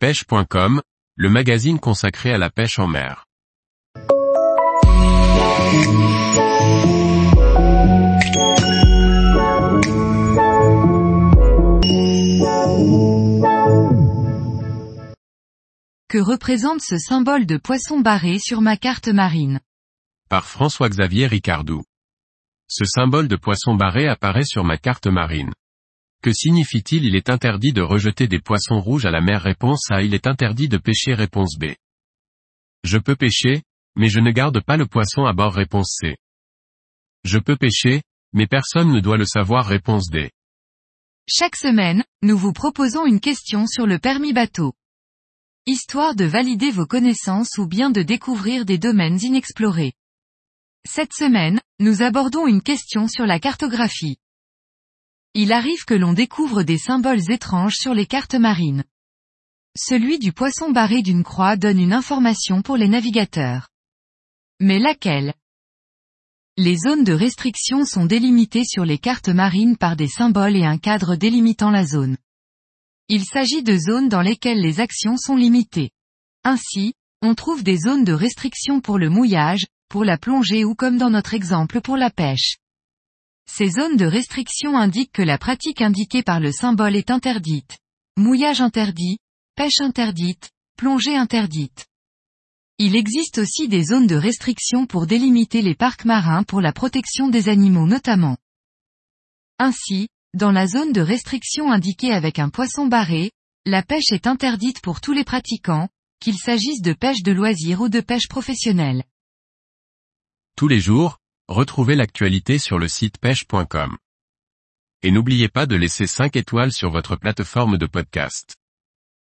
pêche.com, le magazine consacré à la pêche en mer. Que représente ce symbole de poisson barré sur ma carte marine? Par François-Xavier Ricardou. Ce symbole de poisson barré apparaît sur ma carte marine. Que signifie-t-il? Il est interdit de rejeter des poissons rouges à la mer. Réponse A. Il est interdit de pêcher. Réponse B. Je peux pêcher, mais je ne garde pas le poisson à bord. Réponse C. Je peux pêcher, mais personne ne doit le savoir. Réponse D. Chaque semaine, nous vous proposons une question sur le permis bateau. Histoire de valider vos connaissances ou bien de découvrir des domaines inexplorés. Cette semaine, nous abordons une question sur la cartographie. Il arrive que l'on découvre des symboles étranges sur les cartes marines. Celui du poisson barré d'une croix donne une information pour les navigateurs. Mais laquelle? Les zones de restriction sont délimitées sur les cartes marines par des symboles et un cadre délimitant la zone. Il s'agit de zones dans lesquelles les actions sont limitées. Ainsi, on trouve des zones de restriction pour le mouillage, pour la plongée ou comme dans notre exemple pour la pêche. Ces zones de restriction indiquent que la pratique indiquée par le symbole est interdite. Mouillage interdit, pêche interdite, plongée interdite. Il existe aussi des zones de restriction pour délimiter les parcs marins pour la protection des animaux notamment. Ainsi, dans la zone de restriction indiquée avec un poisson barré, la pêche est interdite pour tous les pratiquants, qu'il s'agisse de pêche de loisir ou de pêche professionnelle. Tous les jours, retrouvez l'actualité sur le site pêche.com. Et n'oubliez pas de laisser 5 étoiles sur votre plateforme de podcast.